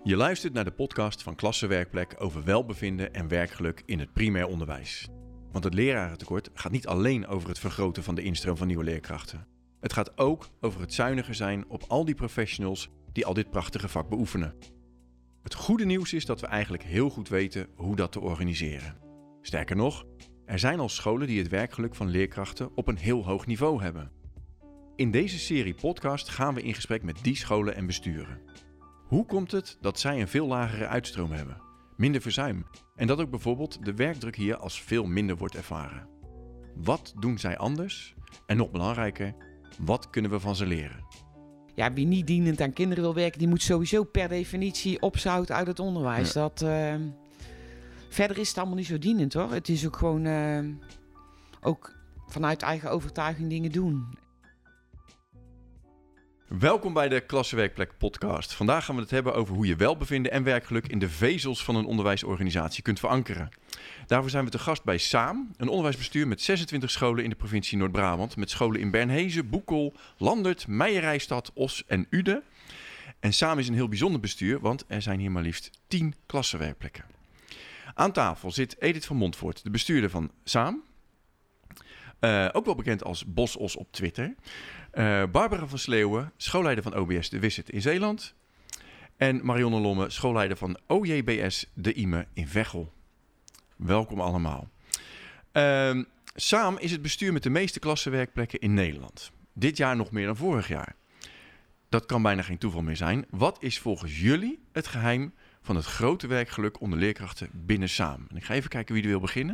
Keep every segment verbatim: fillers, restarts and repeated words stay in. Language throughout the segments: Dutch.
Je luistert naar de podcast van Klassenwerkplek over welbevinden en werkgeluk in het primair onderwijs. Want het lerarentekort gaat niet alleen over het vergroten van de instroom van nieuwe leerkrachten. Het gaat ook over het zuiniger zijn op al die professionals die al dit prachtige vak beoefenen. Het goede nieuws is dat we eigenlijk heel goed weten hoe dat te organiseren. Sterker nog, er zijn al scholen die het werkgeluk van leerkrachten op een heel hoog niveau hebben. In deze serie podcast gaan we in gesprek met die scholen en besturen. Hoe komt het dat zij een veel lagere uitstroom hebben, minder verzuim en dat ook bijvoorbeeld de werkdruk hier als veel minder wordt ervaren? Wat doen zij anders? En nog belangrijker, wat kunnen we van ze leren? Ja, wie niet dienend aan kinderen wil werken, die moet sowieso per definitie opzouten uit het onderwijs. Ja. Dat, uh, verder is het allemaal niet zo dienend hoor. Het is ook gewoon uh, ook vanuit eigen overtuiging dingen doen. Welkom bij de Klassenwerkplek podcast. Vandaag gaan we het hebben over hoe je welbevinden en werkgeluk in de vezels van een onderwijsorganisatie kunt verankeren. Daarvoor zijn we te gast bij Saam, een onderwijsbestuur met zesentwintig scholen in de provincie Noord-Brabant. Met scholen in Bernhezen, Boekel, Landert, Meijerijstad, Os en Uden. En Saam is een heel bijzonder bestuur, want er zijn hier maar liefst tien klassenwerkplekken. Aan tafel zit Edith van Montvoort, de bestuurder van Saam. Uh, ook wel bekend als Bosos op Twitter. Uh, Barbara van Sleeuwen, schoolleider van O B S De Wisset in Zeeland. En Marionne Lomme, schoolleider van O J B S De Ime in Veghel. Welkom allemaal. Uh, Saam is het bestuur met de meeste klassenwerkplekken in Nederland. Dit jaar nog meer dan vorig jaar. Dat kan bijna geen toeval meer zijn. Wat is volgens jullie het geheim van het grote werkgeluk onder leerkrachten binnen Saam? En ik ga even kijken wie er wil beginnen.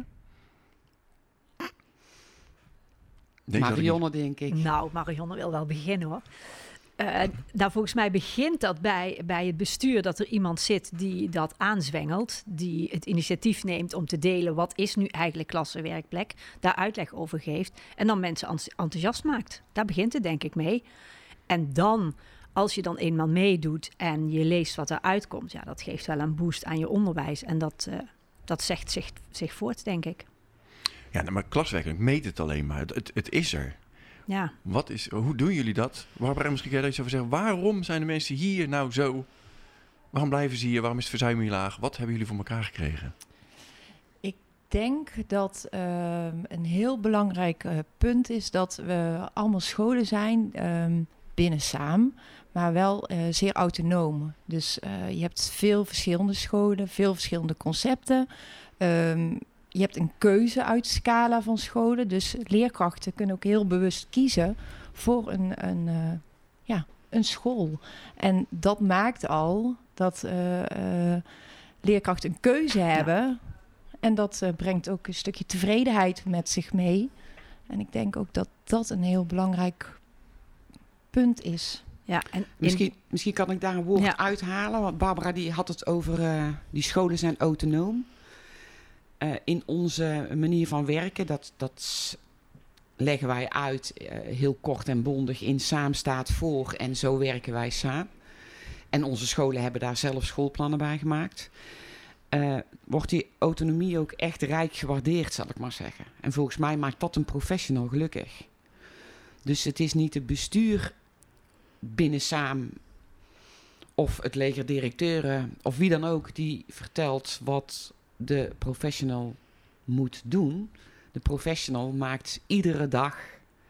Deze Marionne, denk ik. Nou, Marionne wil wel beginnen, hoor. Uh, nou, volgens mij begint dat bij, bij het bestuur dat er iemand zit die dat aanzwengelt, die het initiatief neemt om te delen wat is nu eigenlijk klassenwerkplek, daar uitleg over geeft en dan mensen enthousiast maakt. Daar begint het denk ik mee. En dan, als je dan eenmaal meedoet en je leest wat eruit komt, ja, dat geeft wel een boost aan je onderwijs en dat, uh, dat zegt zich, zich voort, denk ik. Ja, maar klaswerkelijk meet het alleen maar. Het, het, het is er. Ja. Wat is, hoe doen jullie dat? Barbara, misschien kan je iets over zeggen. Waarom zijn de mensen hier nou zo? Waarom blijven ze hier? Waarom is het verzuim hier laag? Wat hebben jullie voor elkaar gekregen? Ik denk dat uh, een heel belangrijk uh, punt is dat we allemaal scholen zijn um, binnen Saam, maar wel uh, zeer autonoom. Dus uh, je hebt veel verschillende scholen, veel verschillende concepten. Um, Je hebt een keuze uit de scala van scholen. Dus leerkrachten kunnen ook heel bewust kiezen voor een, een, uh, ja, een school. En dat maakt al dat uh, uh, leerkrachten een keuze hebben. Ja. En dat uh, brengt ook een stukje tevredenheid met zich mee. En ik denk ook dat dat een heel belangrijk punt is. Ja, en misschien, misschien kan ik daar een woord ja. uithalen. Want Barbara die had het over uh, die scholen zijn autonoom. Uh, in onze manier van werken, dat, dat leggen wij uit uh, heel kort en bondig in Saam staat voor en zo werken wij samen. En onze scholen hebben daar zelf schoolplannen bij gemaakt. Uh, wordt die autonomie ook echt rijk gewaardeerd, zal ik maar zeggen. En volgens mij maakt dat een professional gelukkig. Dus het is niet het bestuur binnen Saam of het leger directeuren of wie dan ook die vertelt wat de professional moet doen. De professional maakt iedere dag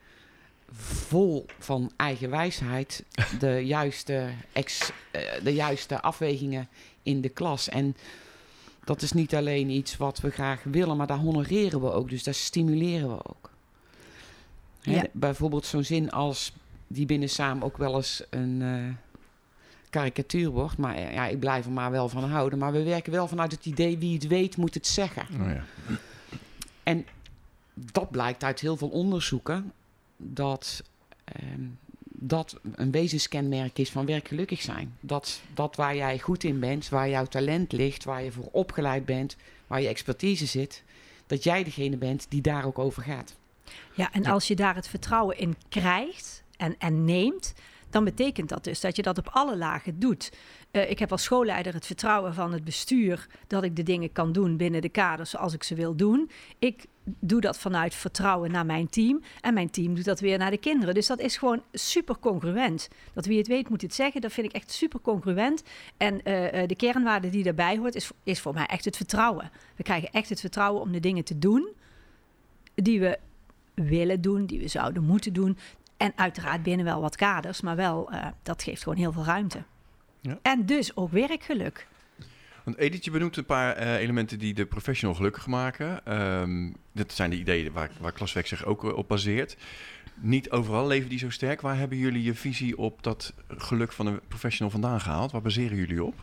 vol van eigen wijsheid de juiste, ex, uh, de juiste afwegingen in de klas. En dat is niet alleen iets wat we graag willen, maar daar honoreren we ook. Dus daar stimuleren we ook. Hè, ja. Bijvoorbeeld zo'n zin als die binnen Saam ook wel eens een Uh, karikatuur wordt, maar ja, ik blijf er maar wel van houden. Maar we werken wel vanuit het idee, wie het weet, moet het zeggen. Oh ja. En dat blijkt uit heel veel onderzoeken, dat eh, dat een wezenskenmerk is van werkgelukkig zijn. Dat, dat waar jij goed in bent, waar jouw talent ligt, waar je voor opgeleid bent, waar je expertise zit, dat jij degene bent die daar ook over gaat. Ja, en als je daar het vertrouwen in krijgt en, en neemt, dan betekent dat dus dat je dat op alle lagen doet. Uh, ik heb als schoolleider het vertrouwen van het bestuur dat ik de dingen kan doen binnen de kaders zoals ik ze wil doen. Ik doe dat vanuit vertrouwen naar mijn team en mijn team doet dat weer naar de kinderen. Dus dat is gewoon super congruent. Dat wie het weet moet het zeggen, dat vind ik echt super congruent. En uh, de kernwaarde die daarbij hoort is, is voor mij echt het vertrouwen. We krijgen echt het vertrouwen om de dingen te doen die we willen doen, die we zouden moeten doen. En uiteraard binnen wel wat kaders, maar wel, uh, dat geeft gewoon heel veel ruimte. Ja. En dus ook werkgeluk. Want Edith, je benoemt een paar uh, elementen die de professional gelukkig maken. Um, dat zijn de ideeën waar, waar Klaswerk zich ook op baseert. Niet overal leven die zo sterk. Waar hebben jullie je visie op dat geluk van een professional vandaan gehaald? Waar baseren jullie op?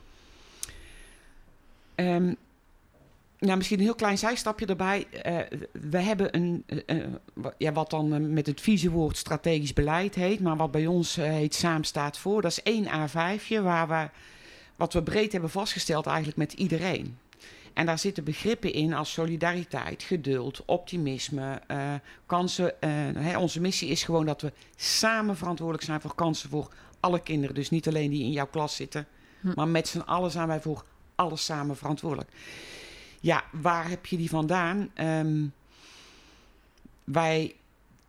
Um, nou, misschien een heel klein zijstapje erbij. Uh, we hebben een, uh, ja, wat dan uh, met het visiewoord strategisch beleid heet, maar wat bij ons uh, heet Samen staat voor. Dat is één A vijfje waar we, wat we breed hebben vastgesteld eigenlijk met iedereen. En daar zitten begrippen in als solidariteit, geduld, optimisme, uh, kansen. Uh, hè, onze missie is gewoon dat we samen verantwoordelijk zijn voor kansen voor alle kinderen. Dus niet alleen die in jouw klas zitten, hm. maar met z'n allen zijn wij voor alles samen verantwoordelijk. Ja, waar heb je die vandaan? Um, wij,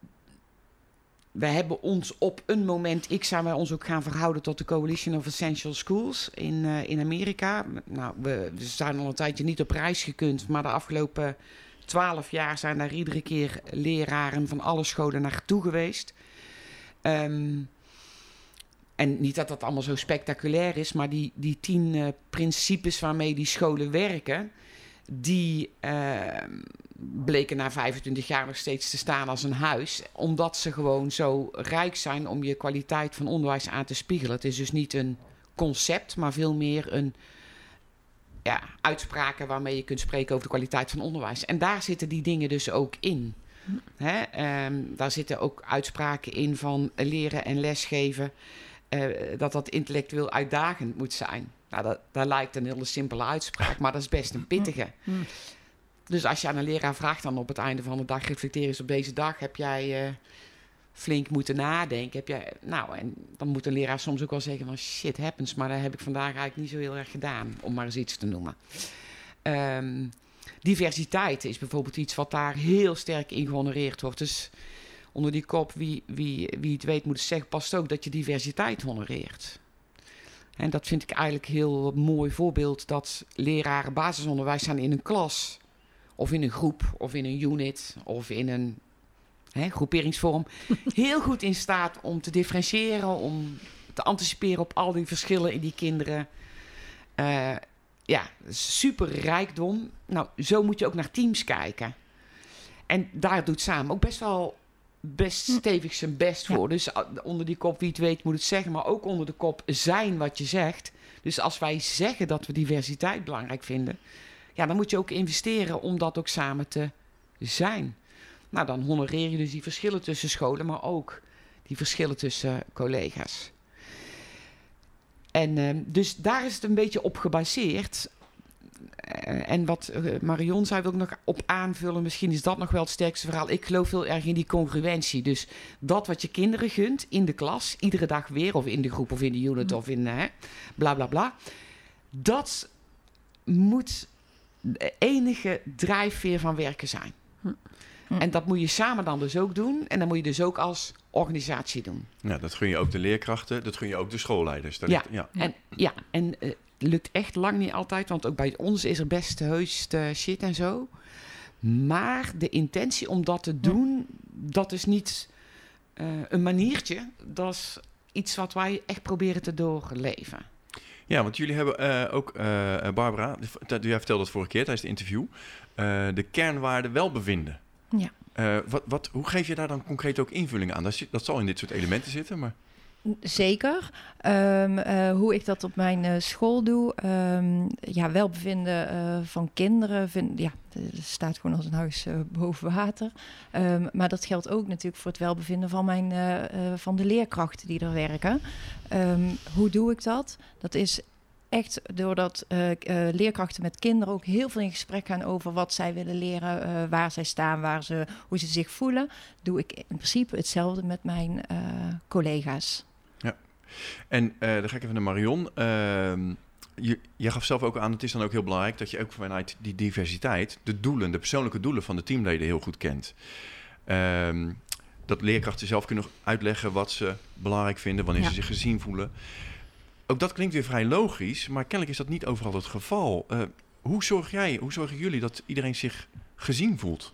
wij hebben ons op een moment X zijn wij ons ook gaan verhouden tot de Coalition of Essential Schools in, uh, in Amerika. Nou, we, we zijn al een tijdje niet op reis gekund, maar de afgelopen twaalf jaar zijn daar iedere keer leraren van alle scholen naartoe geweest. Um, en niet dat dat allemaal zo spectaculair is, maar die, die tien uh, principes waarmee die scholen werken, die uh, bleken na vijfentwintig jaar nog steeds te staan als een huis. Omdat ze gewoon zo rijk zijn om je kwaliteit van onderwijs aan te spiegelen. Het is dus niet een concept, maar veel meer een ja, uitspraken waarmee je kunt spreken over de kwaliteit van onderwijs. En daar zitten die dingen dus ook in. Hè? Um, daar zitten ook uitspraken in van leren en lesgeven. Uh, dat dat intellectueel uitdagend moet zijn. Nou, dat, dat lijkt een hele simpele uitspraak, maar dat is best een pittige. Mm. Dus als je aan een leraar vraagt dan op het einde van de dag, reflecteer eens op deze dag, heb jij uh, flink moeten nadenken? Heb jij, nou, en dan moet een leraar soms ook wel zeggen van shit happens, maar dat heb ik vandaag eigenlijk niet zo heel erg gedaan, om maar eens iets te noemen. Um, diversiteit is bijvoorbeeld iets wat daar heel sterk in gehonoreerd wordt. Dus onder die kop, wie, wie, wie het weet moet het zeggen, past ook dat je diversiteit honoreert. En dat vind ik eigenlijk een heel mooi voorbeeld dat leraren basisonderwijs zijn in een klas of in een groep of in een unit of in een hè, groeperingsvorm heel goed in staat om te differentiëren, om te anticiperen op al die verschillen in die kinderen. Uh, ja, super rijkdom. Nou, zo moet je ook naar teams kijken. En daar doet Samen ook best wel best stevig zijn best voor. Ja. Dus onder die kop wie het weet moet het zeggen, maar ook onder de kop zijn wat je zegt. Dus als wij zeggen dat we diversiteit belangrijk vinden, ja, dan moet je ook investeren om dat ook samen te zijn. Nou, dan honoreer je dus die verschillen tussen scholen, maar ook die verschillen tussen collega's. En uh, dus daar is het een beetje op gebaseerd. Uh, en wat uh, Marion zei, wil ik nog op aanvullen. Misschien is dat nog wel het sterkste verhaal. Ik geloof heel erg in die congruentie. Dus dat wat je kinderen gunt in de klas, iedere dag weer, of in de groep, of in de unit, mm. of in uh, bla bla bla. Dat moet de enige drijfveer van werken zijn. Mm. Mm. En dat moet je samen dan dus ook doen. En dan moet je dus ook als organisatie doen. Ja, dat gun je ook de leerkrachten, dat gun je ook de schoolleiders. Dat ja, is, ja, en, ja, en uh, lukt echt lang niet altijd, want ook bij ons is er best heus uh, shit en zo. Maar de intentie om dat te doen, dat is niet uh, een maniertje. Dat is iets wat wij echt proberen te doorleven. Ja, want jullie hebben uh, ook, uh, Barbara, jij vertelde het vorige keer tijdens het interview, uh, de kernwaarde welbevinden. Ja. Uh, wat, wat, hoe geef je daar dan concreet ook invulling aan? Dat, dat zal in dit soort elementen zitten, maar... Zeker. Um, uh, hoe ik dat op mijn uh, school doe. Um, ja, welbevinden uh, van kinderen. Vind, ja, het staat gewoon als een huis uh, boven water. Um, maar dat geldt ook natuurlijk voor het welbevinden van, mijn, uh, uh, van de leerkrachten die er werken. Um, hoe doe ik dat? Dat is echt doordat uh, uh, leerkrachten met kinderen ook heel veel in gesprek gaan over wat zij willen leren, uh, waar zij staan, waar ze, hoe ze zich voelen. Doe ik in principe hetzelfde met mijn uh, collega's. Ja, En uh, dan ga ik even naar Marion. Uh, je, je gaf zelf ook aan, het is dan ook heel belangrijk dat je ook vanuit die diversiteit de doelen, de persoonlijke doelen van de teamleden heel goed kent. Uh, dat leerkrachten zelf kunnen uitleggen wat ze belangrijk vinden, wanneer ja. ze zich gezien voelen. Ook dat klinkt weer vrij logisch, maar kennelijk is dat niet overal het geval. Uh, hoe zorg jij, hoe zorgen jullie dat iedereen zich gezien voelt?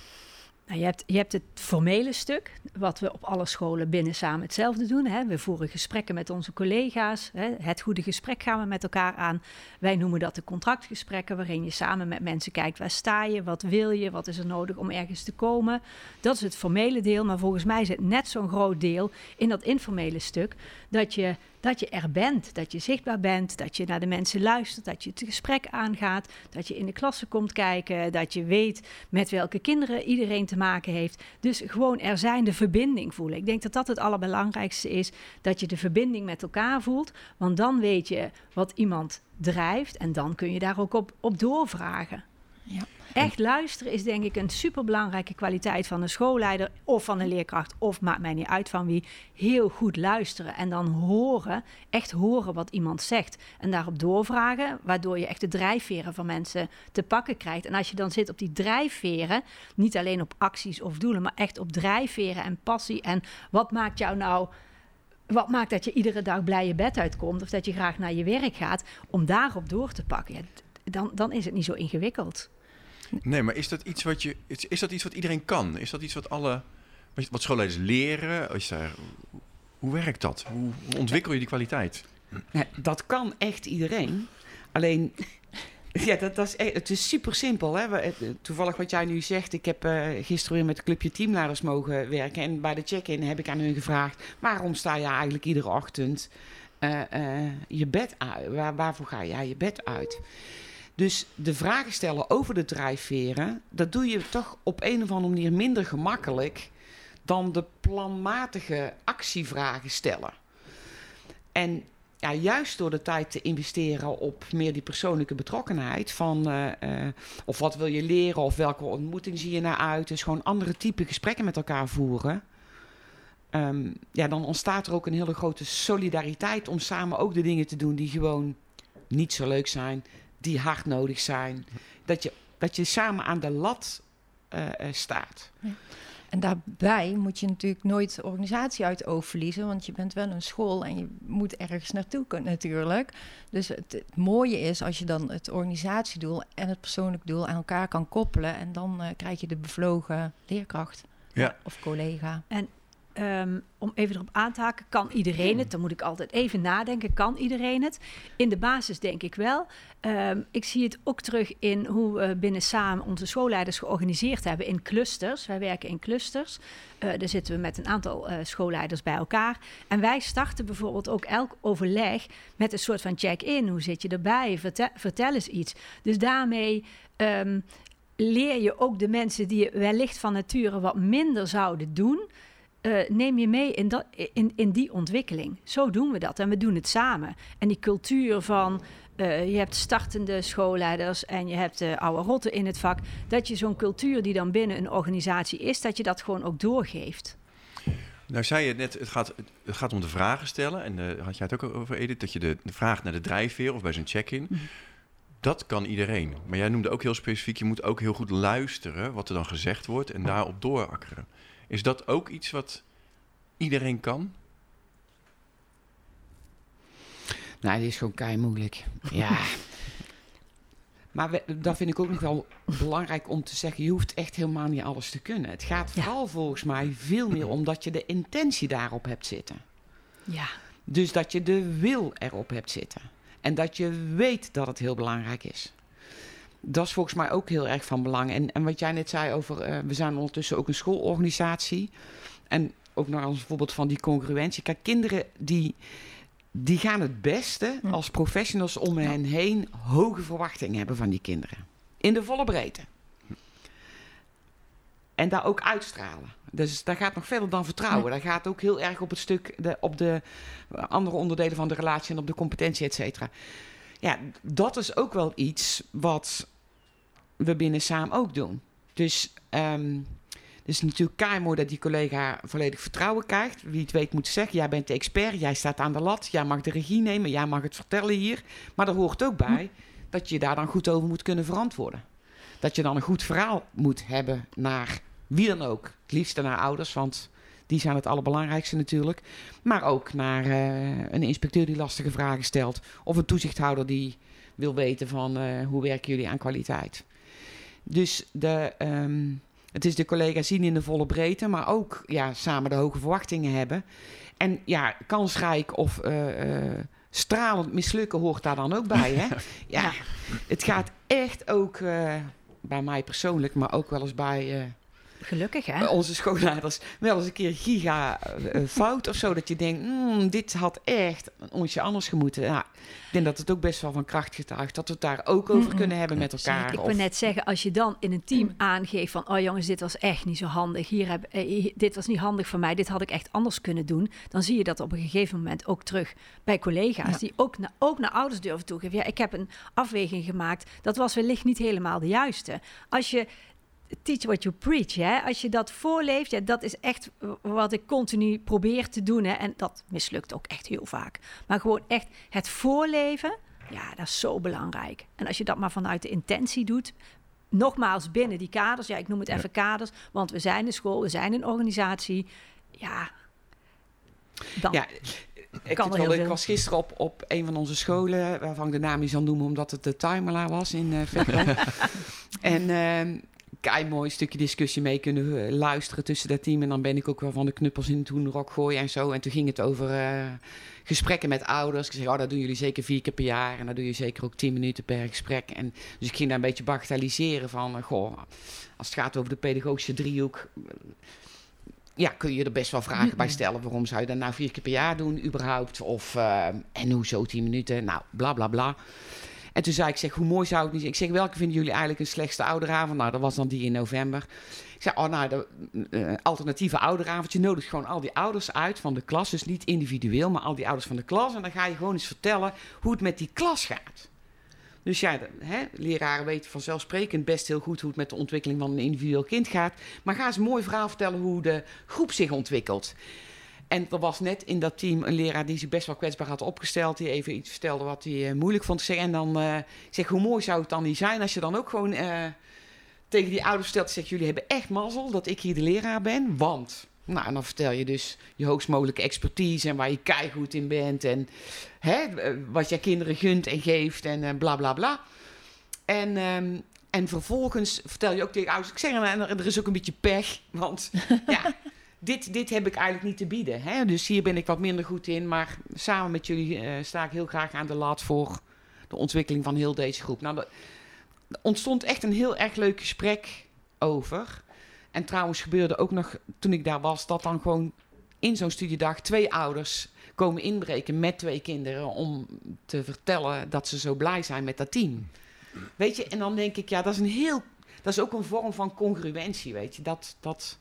Nou, je, hebt, je hebt het formele stuk, wat we op alle scholen binnen samen hetzelfde doen. Hè. We voeren gesprekken met onze collega's. Hè. Het goede gesprek gaan we met elkaar aan. Wij noemen dat de contractgesprekken, waarin je samen met mensen kijkt, waar sta je, wat wil je, wat is er nodig om ergens te komen. Dat is het formele deel, maar volgens mij is het net zo'n groot deel in dat informele stuk, dat je, dat je er bent, dat je zichtbaar bent, dat je naar de mensen luistert, dat je het gesprek aangaat, dat je in de klasse komt kijken, dat je weet met welke kinderen iedereen te maken heeft. Dus gewoon er zijn, de verbinding voelen. Ik denk dat dat het allerbelangrijkste is, dat je de verbinding met elkaar voelt, want dan weet je wat iemand drijft en dan kun je daar ook op, op doorvragen. Ja. Echt luisteren is denk ik een superbelangrijke kwaliteit van een schoolleider of van een leerkracht, of maakt mij niet uit van wie. Heel goed luisteren en dan horen, echt horen wat iemand zegt en daarop doorvragen, waardoor je echt de drijfveren van mensen te pakken krijgt. En als je dan zit op die drijfveren, niet alleen op acties of doelen, maar echt op drijfveren en passie en wat maakt jou nou... Wat maakt dat je iedere dag blij je bed uitkomt of dat je graag naar je werk gaat, om daarop door te pakken, ja, dan, dan is het niet zo ingewikkeld. Nee, maar is dat iets wat je is, is dat iets wat iedereen kan? Is dat iets wat alle wat schoolleiders leren? Is daar, hoe werkt dat? Hoe, hoe ontwikkel je die kwaliteit? Ja, dat kan echt iedereen. Alleen, ja, dat, dat is echt, het is super simpel. Hè? Toevallig wat jij nu zegt, ik heb uh, gisteren weer met het clubje teamleiders mogen werken. En bij de check-in heb ik aan hun gevraagd, waarom sta je eigenlijk iedere ochtend uh, uh, je bed uit? Waar, waarvoor ga jij je bed uit? Dus de vragen stellen over de drijfveren, dat doe je toch op een of andere manier minder gemakkelijk dan de planmatige actievragen stellen. En ja, juist door de tijd te investeren op meer die persoonlijke betrokkenheid van uh, uh, of wat wil je leren of welke ontmoeting zie je naar uit, dus gewoon andere type gesprekken met elkaar voeren. Um, ja, dan ontstaat er ook een hele grote solidariteit om samen ook de dingen te doen die gewoon niet zo leuk zijn, die hard nodig zijn. Dat je, dat je samen aan de lat uh, uh, staat. Ja. En daarbij moet je natuurlijk nooit de organisatie uit het oog verliezen, want je bent wel een school en je moet ergens naartoe kunnen natuurlijk. Dus het, het mooie is als je dan het organisatiedoel en het persoonlijk doel aan elkaar kan koppelen en dan uh, krijg je de bevlogen leerkracht ja. of collega. En Um, om even erop aan te haken, kan iedereen het? Dan moet ik altijd even nadenken, kan iedereen het? In de basis denk ik wel. Um, ik zie het ook terug in hoe we binnen samen onze schoolleiders georganiseerd hebben in clusters. Wij werken in clusters. Uh, daar zitten we met een aantal uh, schoolleiders bij elkaar. En wij starten bijvoorbeeld ook elk overleg met een soort van check-in. Hoe zit je erbij? Vertel, vertel eens iets. Dus daarmee Um, leer je ook de mensen die wellicht van nature wat minder zouden doen, Uh, neem je mee in, dat, in, in die ontwikkeling. Zo doen we dat en we doen het samen. En die cultuur van, uh, je hebt startende schoolleiders en je hebt uh, oude rotten in het vak, dat je zo'n cultuur die dan binnen een organisatie is, dat je dat gewoon ook doorgeeft. Nou zei je net, het gaat, het gaat om de vragen stellen. En uh, had jij het ook over, Edith, dat je de, de vraag naar de drijfveer of bij zo'n check-in, mm-hmm. dat kan iedereen. Maar jij noemde ook heel specifiek, je moet ook heel goed luisteren wat er dan gezegd wordt en daarop doorakkeren. Is dat ook iets wat iedereen kan? Nou, dit is gewoon kei moeilijk. Ja. Maar we, dat vind ik ook nog wel belangrijk om te zeggen. Je hoeft echt helemaal niet alles te kunnen. Het gaat ja. vooral volgens mij veel meer om dat je de intentie daarop hebt zitten. Ja. Dus dat je de wil erop hebt zitten. En dat je weet dat het heel belangrijk is. Dat is volgens mij ook heel erg van belang. En, en wat jij net zei over, uh, we zijn ondertussen ook een schoolorganisatie. En ook nog als voorbeeld van die congruentie. Kijk, kinderen die, die gaan het beste hm. als professionals om ja. hen heen hoge verwachtingen hebben van die kinderen. In de volle breedte. En daar ook uitstralen. Dus dat gaat nog verder dan vertrouwen. Ja. Dat gaat ook heel erg op het stuk, de, op de andere onderdelen van de relatie en op de competentie, et cetera. Ja, dat is ook wel iets wat we binnen Saam ook doen. Dus um, Dus natuurlijk keimooi dat die collega volledig vertrouwen krijgt. Wie het weet moet zeggen, jij bent de expert, jij staat aan de lat, jij mag de regie nemen, jij mag het vertellen hier. Maar er hoort ook bij dat je daar dan goed over moet kunnen verantwoorden. Dat je dan een goed verhaal moet hebben naar wie dan ook. Het liefste naar ouders, want die zijn het allerbelangrijkste natuurlijk. Maar ook naar uh, een inspecteur die lastige vragen stelt. Of een toezichthouder die wil weten van uh, hoe werken jullie aan kwaliteit. Dus de, um, het is de collega's zien in de volle breedte, maar ook ja, samen de hoge verwachtingen hebben. En ja, kansrijk of uh, uh, stralend mislukken hoort daar dan ook bij. Hè? Ja, het gaat echt ook uh, bij mij persoonlijk, maar ook wel eens bij... Uh, Gelukkig, hè? Onze schoolleiders wel eens een keer giga uh, fout of zo. Dat je denkt, mm, dit had echt een onsje anders gemoeten. Nou, ik denk dat het ook best wel van kracht getuigt. Dat we het daar ook over Mm-mm. kunnen hebben met elkaar. Ik of... wil net zeggen, als je dan in een team aangeeft van... oh jongens, dit was echt niet zo handig. Hier heb, eh, dit was niet handig voor mij. Dit had ik echt anders kunnen doen. Dan zie je dat op een gegeven moment ook terug bij collega's. Ja. Die ook, na, ook naar ouders durven toegeven. Ja, ik heb een afweging gemaakt. Dat was wellicht niet helemaal de juiste. Als je... Teach what you preach, hè? Als je dat voorleeft, ja, dat is echt wat ik continu probeer te doen. Hè? En dat mislukt ook echt heel vaak. Maar gewoon echt het voorleven, ja, dat is zo belangrijk. En als je dat maar vanuit de intentie doet, nogmaals binnen die kaders, ja, ik noem het even ja. kaders, want we zijn een school, we zijn een organisatie, ja, dan... Ja. Ik, het wel, ik was gisteren op, op een van onze scholen, waarvan ik de naam niet zal noemen, omdat het de Timelaar was in uh, Veghel. En... Uh, Kei mooi stukje discussie mee kunnen luisteren tussen dat team. En dan ben ik ook wel van de knuppels in het hoenderok gooien en zo. En toen ging het over uh, gesprekken met ouders. Ik zeg, oh, dat doen jullie zeker vier keer per jaar. En dat doe je zeker ook tien minuten per gesprek. En dus ik ging daar een beetje bagatelliseren van... Uh, goh, als het gaat over de pedagogische driehoek... Uh, ja, kun je er best wel vragen mm-hmm. bij stellen. Waarom zou je dat nou vier keer per jaar doen überhaupt? Of, uh, en hoezo tien minuten? Nou, bla bla bla. En toen zei ik, zeg, hoe mooi zou het niet zijn? Ik zeg, welke vinden jullie eigenlijk een slechtste ouderavond? Nou, dat was dan die in november. Ik zei, oh, nou, de uh, alternatieve ouderavond. Je nodigt gewoon al die ouders uit van de klas. Dus niet individueel, maar al die ouders van de klas. En dan ga je gewoon eens vertellen hoe het met die klas gaat. Dus ja, de, hè, leraren weten vanzelfsprekend best heel goed hoe het met de ontwikkeling van een individueel kind gaat. Maar ga eens een mooi verhaal vertellen hoe de groep zich ontwikkelt. En er was net in dat team een leraar die zich best wel kwetsbaar had opgesteld. Die even iets vertelde wat hij uh, moeilijk vond te zeggen. En dan uh, zeg, hoe mooi zou het dan niet zijn als je dan ook gewoon uh, tegen die ouders vertelt. Zegt, jullie hebben echt mazzel dat ik hier de leraar ben. Want, nou, en dan vertel je dus je hoogst mogelijke expertise en waar je keigoed in bent. En hè, wat je kinderen gunt en geeft en uh, bla bla bla. En... Um, en vervolgens vertel je ook tegen ouders. Ik zeg, er, er is ook een beetje pech. Want ja... Dit, dit heb ik eigenlijk niet te bieden. Hè? Dus hier ben ik wat minder goed in. Maar samen met jullie uh, sta ik heel graag aan de lat voor de ontwikkeling van heel deze groep. Nou, er ontstond echt een heel erg leuk gesprek over. En trouwens gebeurde ook nog, toen ik daar was, dat dan gewoon in zo'n studiedag twee ouders komen inbreken met twee kinderen om te vertellen dat ze zo blij zijn met dat team. Weet je, en dan denk ik, ja, dat is een heel, dat is ook een vorm van congruentie, weet je. Dat... dat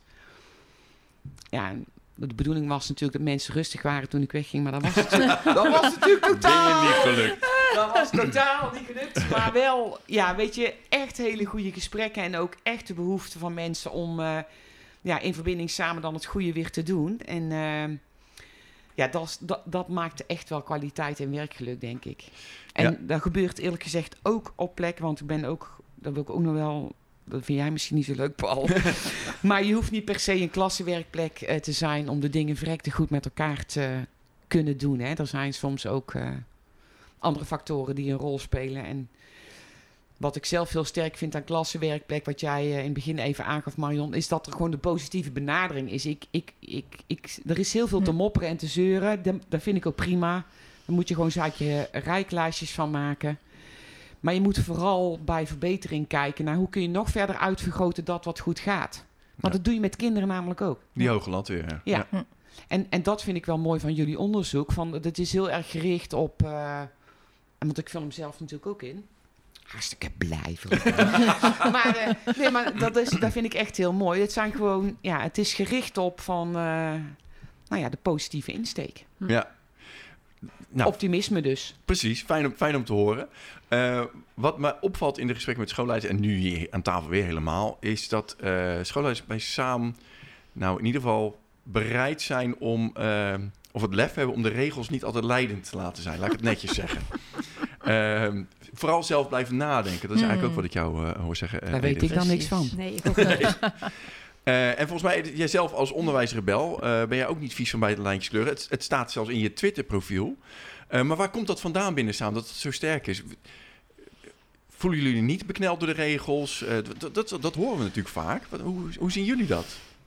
Ja, de bedoeling was natuurlijk dat mensen rustig waren toen ik wegging, maar dat was natuurlijk, dat was natuurlijk totaal niet gelukt. Dat was totaal niet gelukt. Maar wel, ja, weet je, echt hele goede gesprekken en ook echt de behoefte van mensen om uh, ja, in verbinding samen dan het goede weer te doen. En uh, ja, dat, dat, dat maakt echt wel kwaliteit en werkgeluk, denk ik. En ja. dat gebeurt eerlijk gezegd ook op plek, want ik ben ook, dat wil ik ook nog wel... Dat vind jij misschien niet zo leuk, Paul. Maar je hoeft niet per se een klassenwerkplek uh, te zijn... om de dingen verrekte goed met elkaar te kunnen doen. Hè. Er zijn soms ook uh, andere factoren die een rol spelen. En wat ik zelf heel sterk vind aan klassenwerkplek... wat jij uh, in het begin even aangaf, Marion... is dat er gewoon de positieve benadering is. Ik, ik, ik, ik, er is heel veel te mopperen en te zeuren. Dat, dat vind ik ook prima. Daar moet je gewoon zaakje rijklijstjes van maken... Maar je moet vooral bij verbetering kijken naar hoe kun je nog verder uitvergroten dat wat goed gaat. Want ja. dat doe je met kinderen namelijk ook. Die hoge lat weer. Ja. ja. ja. En, en dat vind ik wel mooi van jullie onderzoek. Van, het is heel erg gericht op... Uh, want ik vul hem zelf natuurlijk ook in. Hartstikke blij. maar uh, nee, maar dat, is, dat vind ik echt heel mooi. Het zijn gewoon... Ja, het is gericht op van... Uh, nou ja, de positieve insteek. Ja. Nou, optimisme dus. Precies, fijn om, fijn om te horen. Uh, wat me opvalt in de gesprekken met schoolleiders, en nu hier aan tafel weer helemaal, is dat uh, schoolleiders bij Saam nou in ieder geval bereid zijn om, uh, of het lef hebben om de regels niet altijd leidend te laten zijn. Laat ik het netjes zeggen. Uh, vooral zelf blijven nadenken. Dat is eigenlijk ook wat ik jou uh, hoor zeggen. Uh, Daar weet ik dan niks van. Nee, ik ook niet. Nee. Uh, en volgens mij, jijzelf als onderwijsrebel, uh, ben jij ook niet vies van bij de lijntjes kleuren. Het, het staat zelfs in je Twitter-profiel. Uh, maar waar komt dat vandaan binnen Saam, dat het zo sterk is? Voelen jullie niet bekneld door de regels? Uh, dat, dat, dat horen we natuurlijk vaak. Wat, hoe, hoe zien jullie dat?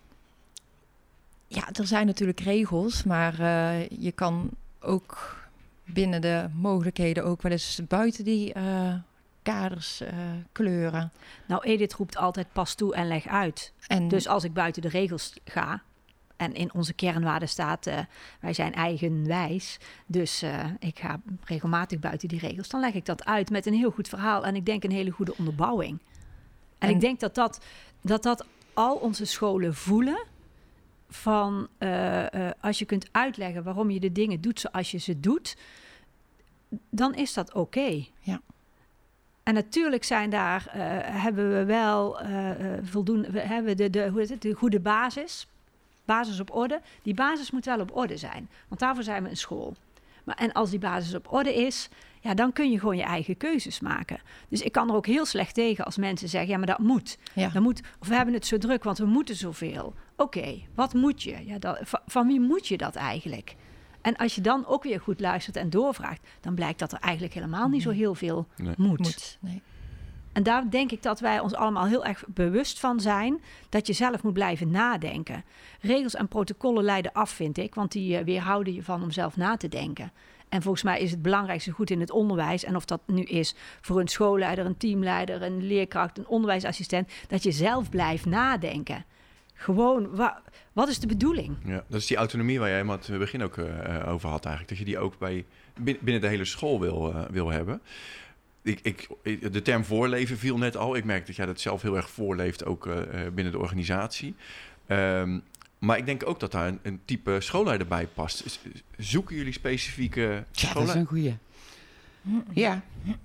Ja, er zijn natuurlijk regels, maar uh, je kan ook binnen de mogelijkheden ook wel eens buiten die uh, kaders uh, kleuren. Nou, Edith roept altijd pas toe en leg uit. En dus als ik buiten de regels ga, en in onze kernwaarden staat, uh, wij zijn eigenwijs, dus uh, ik ga regelmatig buiten die regels, dan leg ik dat uit met een heel goed verhaal en ik denk een hele goede onderbouwing. En, en ik denk dat dat, dat dat al onze scholen voelen, van uh, uh, als je kunt uitleggen waarom je de dingen doet zoals je ze doet, dan is dat oké. Okay. Ja. En natuurlijk zijn daar, uh, hebben we wel uh, voldoende, we hebben de, de, hoe heet het, de goede basis, basis op orde. Die basis moet wel op orde zijn, want daarvoor zijn we een school. Maar, en als die basis op orde is, ja, dan kun je gewoon je eigen keuzes maken. Dus ik kan er ook heel slecht tegen als mensen zeggen, ja, maar dat moet. Ja. Dat moet, of we hebben het zo druk, want we moeten zoveel. Oké, okay, wat moet je? Ja, dat, van, van wie moet je dat eigenlijk? En als je dan ook weer goed luistert en doorvraagt, dan blijkt dat er eigenlijk helemaal niet zo heel veel nee. moet. moet nee. En daar denk ik dat wij ons allemaal heel erg bewust van zijn, dat je zelf moet blijven nadenken. Regels en protocollen leiden af, vind ik, want die uh, weerhouden je van om zelf na te denken. En volgens mij is het belangrijkste goed in het onderwijs, en of dat nu is voor een schoolleider, een teamleider, een leerkracht, een onderwijsassistent, dat je zelf blijft nadenken. Gewoon, wa- wat is de bedoeling? Ja, dat is die autonomie waar jij helemaal het begin ook uh, over had eigenlijk. Dat je die ook bij, binnen de hele school wil, uh, wil hebben. Ik, ik, de term voorleven viel net al. Ik merk dat jij dat zelf heel erg voorleeft, ook uh, binnen de organisatie. Um, maar ik denk ook dat daar een, een type schoolleider bij past. Zoeken jullie specifieke ja, dat is een goeie. Ja.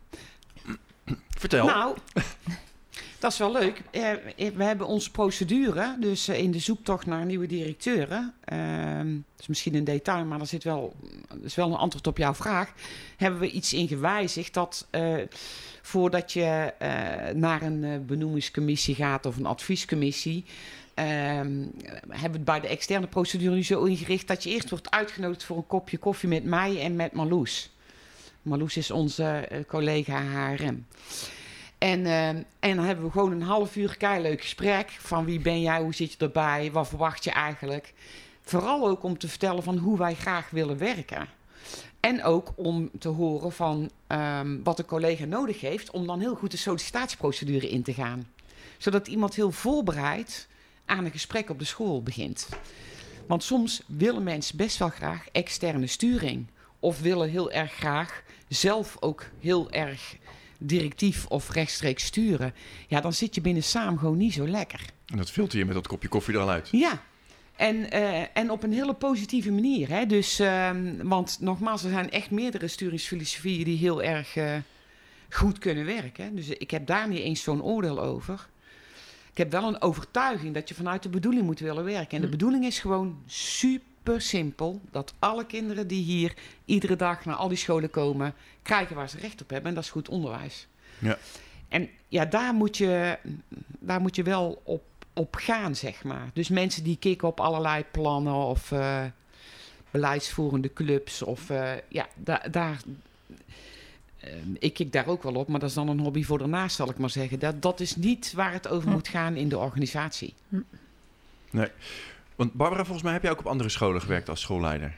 Vertel. Nou, dat is wel leuk. We hebben onze procedure, dus in de zoektocht naar nieuwe directeuren. Uh, dat is misschien een detail, maar dat zit wel, dat is wel een antwoord op jouw vraag. Hebben we iets in gewijzigd dat uh, voordat je uh, naar een uh, benoemingscommissie gaat of een adviescommissie, Uh, hebben we het bij de externe procedure nu zo ingericht dat je eerst wordt uitgenodigd voor een kopje koffie met mij en met Marloes. Marloes is onze uh, collega H R M. En, uh, en dan hebben we gewoon een half uur keileuk gesprek van wie ben jij, hoe zit je erbij, wat verwacht je eigenlijk. Vooral ook om te vertellen van hoe wij graag willen werken. En ook om te horen van um, wat een collega nodig heeft om dan heel goed de sollicitatieprocedure in te gaan. Zodat iemand heel voorbereid aan een gesprek op de school begint. Want soms willen mensen best wel graag externe sturing. Of willen heel erg graag zelf ook heel erg directief of rechtstreeks sturen. Ja, dan zit je binnen Saam gewoon niet zo lekker. En dat filter je met dat kopje koffie er al uit. Ja, en, uh, en op een hele positieve manier. Hè? Dus, uh, want nogmaals, er zijn echt meerdere sturingsfilosofieën die heel erg uh, goed kunnen werken. Dus ik heb daar niet eens zo'n oordeel over. Ik heb wel een overtuiging dat je vanuit de bedoeling moet willen werken. En de bedoeling is gewoon super simpel. Dat alle kinderen die hier iedere dag naar al die scholen komen, krijgen waar ze recht op hebben. En dat is goed onderwijs. Ja. En ja, daar moet je, daar moet je wel op, op gaan, zeg maar. Dus mensen die kikken op allerlei plannen of uh, beleidsvoerende clubs. Of uh, ja, da- daar... Uh, ik kik daar ook wel op, maar dat is dan een hobby voor daarnaast, zal ik maar zeggen. Dat, dat is niet waar het over moet gaan in de organisatie. Nee. Want Barbara, volgens mij heb jij ook op andere scholen gewerkt als schoolleider.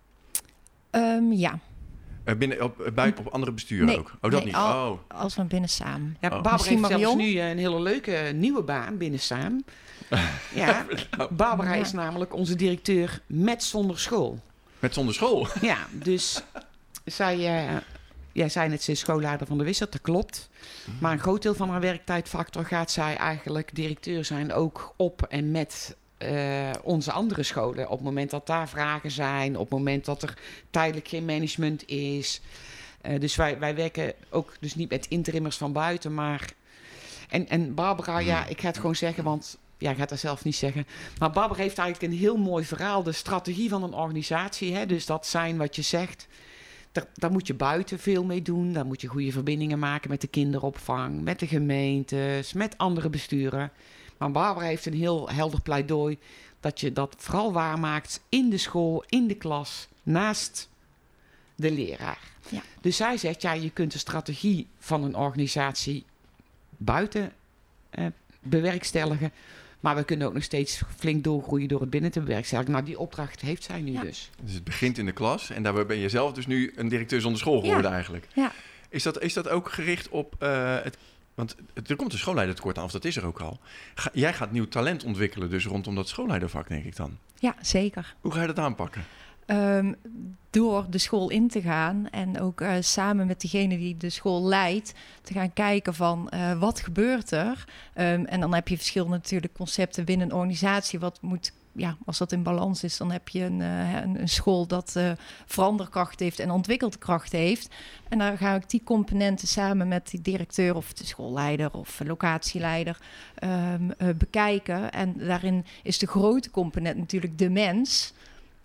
Um, ja. Uh, binnen, op, buiten, op andere besturen nee, ook? Oh, dat nee, niet? Al, oh. Als we binnen Saam. Ja, Barbara Misschien heeft zelfs Marion? nu een hele leuke nieuwe baan binnen Saam. Ja, Barbara Ja. is namelijk onze directeur met zonder school. Met zonder school? Ja, dus zij... Uh, Jij zei net, ze is schoolleider van de Wisselt, dat klopt. Maar een groot deel van haar werktijdfactor gaat zij eigenlijk directeur zijn, ook op en met uh, onze andere scholen. Op het moment dat daar vragen zijn, op het moment dat er tijdelijk geen management is. Uh, dus wij, wij werken ook dus niet met interimmers van buiten, maar... En, en Barbara, ja, ik ga het gewoon zeggen, want... Ja, ik ga het dat zelf niet zeggen. Maar Barbara heeft eigenlijk een heel mooi verhaal. De strategie van een organisatie, hè, dus dat zijn wat je zegt... Daar, daar moet je buiten veel mee doen. Daar moet je goede verbindingen maken met de kinderopvang, met de gemeentes, met andere besturen. Maar Barbara heeft een heel helder pleidooi dat je dat vooral waarmaakt in de school, in de klas, naast de leraar. Ja. Dus zij zegt, ja, je kunt de strategie van een organisatie buiten eh, bewerkstelligen. Maar we kunnen ook nog steeds flink doorgroeien door het binnen te bewerkstelligen. Nou, die opdracht heeft zij nu ja. dus. Dus het begint in de klas en daarbij ben je zelf dus nu een directeur zonder school geworden ja. eigenlijk. Ja. Is dat, is dat ook gericht op... Uh, het, want er komt een schoolleidertekort aan, of dat is er ook al. Ga, jij gaat nieuw talent ontwikkelen dus rondom dat schoolleidervak, denk ik dan. Ja, zeker. Hoe ga je dat aanpakken? Um, door de school in te gaan en ook uh, samen met degene die de school leidt te gaan kijken van uh, wat gebeurt er. Um, en dan heb je verschillende natuurlijk concepten binnen een organisatie. Wat moet, ja, als dat in balans is, dan heb je een, uh, een, een school dat uh, veranderkracht heeft en ontwikkelkracht heeft. En dan ga ik die componenten samen met die directeur of de schoolleider of locatieleider um, uh, bekijken. En daarin is de grote component natuurlijk de mens,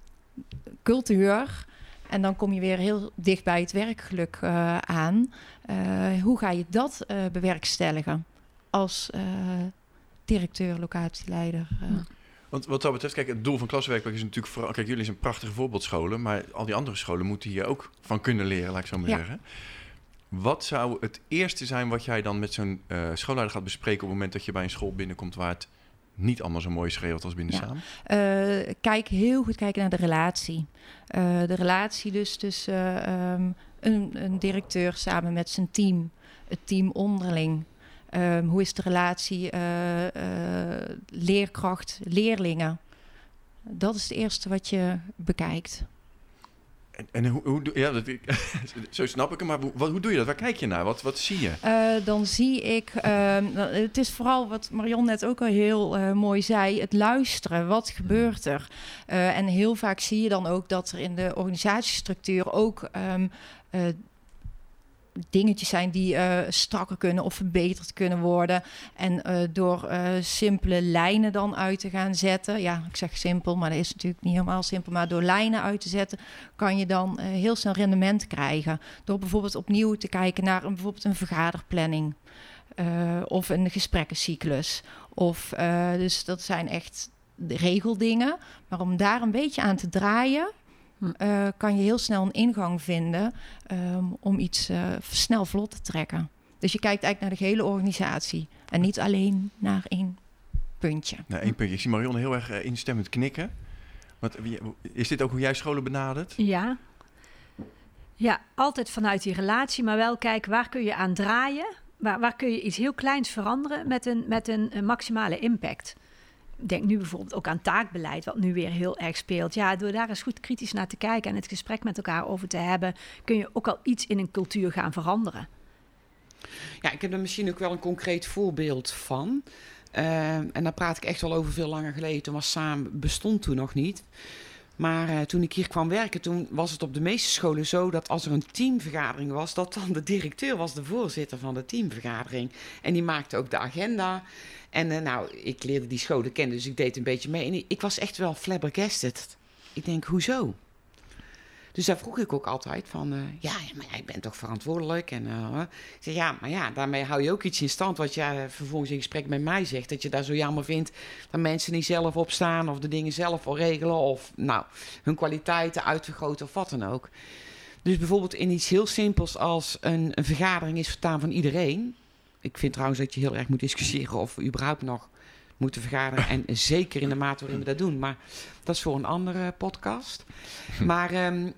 cultuur. En dan kom je weer heel dicht bij het werkgeluk uh, aan. Uh, hoe ga je dat uh, bewerkstelligen als uh, directeur, locatieleider? Uh. Ja. Want wat dat betreft, kijk, het doel van Klassenwerkplek is natuurlijk vooral... Kijk, jullie zijn prachtige voorbeeldscholen, maar al die andere scholen moeten hier ook van kunnen leren, laat ik zo maar ja. zeggen. Wat zou het eerste zijn wat jij dan met zo'n uh, schoolleider gaat bespreken op het moment dat je bij een school binnenkomt waar het niet allemaal zo mooi is geregeld als binnen ja. Saam? Uh, kijk heel goed kijken naar de relatie. Uh, de relatie dus tussen uh, um, een, een directeur samen met zijn team. Het team onderling. Um, hoe is de relatie uh, uh, leerkracht, leerlingen? Dat is het eerste wat je bekijkt. En, en hoe, hoe ja, dat, zo snap ik hem, maar hoe, hoe doe je dat? Waar kijk je naar? Wat, wat zie je? Uh, dan zie ik, uh, het is vooral wat Marion net ook al heel uh, mooi zei, het luisteren. Wat gebeurt er? Uh, en heel vaak zie je dan ook dat er in de organisatiestructuur ook um, uh, dingetjes zijn die uh, strakker kunnen of verbeterd kunnen worden. En uh, door uh, simpele lijnen dan uit te gaan zetten. Ja, ik zeg simpel, maar dat is natuurlijk niet helemaal simpel. Maar door lijnen uit te zetten kan je dan uh, heel snel rendement krijgen. Door bijvoorbeeld opnieuw te kijken naar een, bijvoorbeeld een vergaderplanning. Uh, of een gesprekkencyclus. Of, uh, dus dat zijn echt regeldingen. Maar om daar een beetje aan te draaien, Uh, kan je heel snel een ingang vinden um, om iets uh, snel vlot te trekken. Dus je kijkt eigenlijk naar de gehele organisatie en niet alleen naar één puntje. Nou, één puntje. Ik zie Marion heel erg uh, instemmend knikken. Want, is dit ook hoe jij scholen benadert? Ja. Ja, altijd vanuit die relatie, maar wel kijken waar kun je aan draaien. Waar, waar kun je iets heel kleins veranderen met een, met een, een maximale impact. Denk nu bijvoorbeeld ook aan taakbeleid, wat nu weer heel erg speelt. Ja, door daar eens goed kritisch naar te kijken en het gesprek met elkaar over te hebben, kun je ook al iets in een cultuur gaan veranderen. Ja, ik heb er misschien ook wel een concreet voorbeeld van. Uh, en daar praat ik echt wel over veel langer geleden. Toen was Saam bestond toen nog niet. Maar uh, toen ik hier kwam werken, toen was het op de meeste scholen zo dat als er een teamvergadering was, dat dan de directeur was de voorzitter van de teamvergadering. En die maakte ook de agenda. En uh, nou, ik leerde die scholen kennen, dus ik deed een beetje mee. En ik was echt wel flabbergasted. Ik denk, hoezo? Dus daar vroeg ik ook altijd van, uh, ja, maar jij bent toch verantwoordelijk? En uh, ik zeg, ja, maar ja, daarmee hou je ook iets in stand wat jij uh, vervolgens in gesprek met mij zegt. Dat je daar zo jammer vindt dat mensen niet zelf opstaan of de dingen zelf al regelen of nou, hun kwaliteiten uitvergroten of wat dan ook. Dus bijvoorbeeld in iets heel simpels als een, een vergadering is vertaan van iedereen. Ik vind trouwens dat je heel erg moet discussiëren of we überhaupt nog moeten vergaderen. En zeker in de mate waarin we dat doen. Maar dat is voor een andere podcast. Maar, um,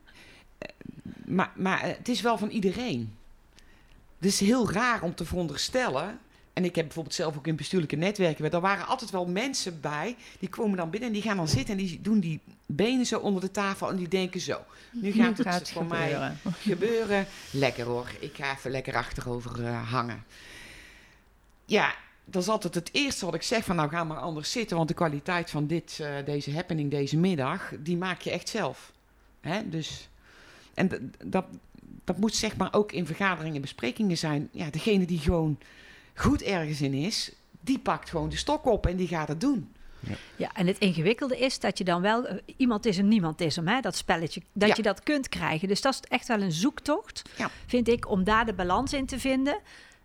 maar, maar het is wel van iedereen. Het is heel raar om te veronderstellen. En ik heb bijvoorbeeld zelf ook in bestuurlijke netwerken. Daar waren altijd wel mensen bij. Die komen dan binnen en die gaan dan zitten. En die doen die benen zo onder de tafel. En die denken zo. Nu gaat het, het voor gebeuren. mij gebeuren. Lekker hoor. Ik ga even lekker achterover uh, hangen. Ja, dat is altijd het eerste wat ik zeg van nou ga maar anders zitten. Want de kwaliteit van dit, uh, deze happening deze middag, die maak je echt zelf. Hè? Dus, en d- dat, dat moet zeg maar ook in vergaderingen en besprekingen zijn. Ja, degene die gewoon goed ergens in is, die pakt gewoon de stok op en die gaat het doen. Ja. ja, en het ingewikkelde is dat je dan wel... Uh, iemand is hem, niemand is hem, hè, dat spelletje. Dat ja. je dat kunt krijgen. Dus dat is echt wel een zoektocht, ja. vind ik, om daar de balans in te vinden.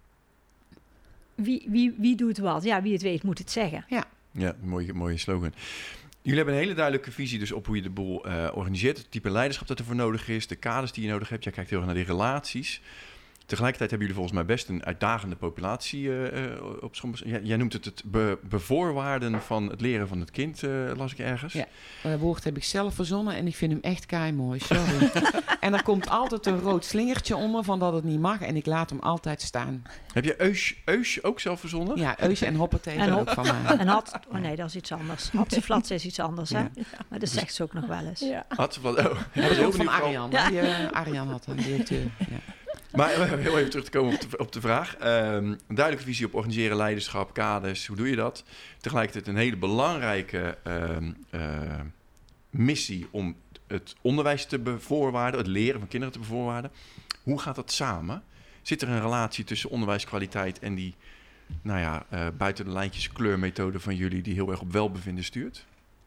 Wie, wie, wie doet wat? Ja, wie het weet moet het zeggen. Ja, ja mooie, mooie slogan. Jullie hebben een hele duidelijke visie dus op hoe je de boel uh, organiseert. Het type leiderschap dat er voor nodig is. De kaders die je nodig hebt. Jij kijkt heel erg naar die relaties. Tegelijkertijd hebben jullie volgens mij best een uitdagende populatie uh, uh, op school. Jij, jij noemt het het be- bevoorwaarden van het leren van het kind, uh, las ik ergens. Ja, dat uh, woord heb ik zelf verzonnen en ik vind hem echt keimooi, sorry. En er komt altijd een rood slingertje onder van dat het niet mag en ik laat hem altijd staan. Heb je Eus, Eus ook zelf verzonnen? Ja, Eus en Hoppatee en ook van mij. En had, oh nee, dat is iets anders. Hatse Flats is iets anders, hè? Ja. Maar dat zegt ze ook nog wel eens. Ja. Hatse Flats, oh. Ja, dat is ook van Arjan. Ja. Die, uh, Arjan had een directeur, ja. Maar heel even terug te komen op de, op de vraag. Um, een duidelijke visie op organiseren, leiderschap, kaders. Hoe doe je dat? Tegelijkertijd een hele belangrijke um, uh, missie om het onderwijs te bevoorwaarden, het leren van kinderen te bevoorwaarden. Hoe gaat dat samen? Zit er een relatie tussen onderwijskwaliteit en die, nou ja, uh, buiten de lijntjes kleurmethode van jullie die heel erg op welbevinden stuurt?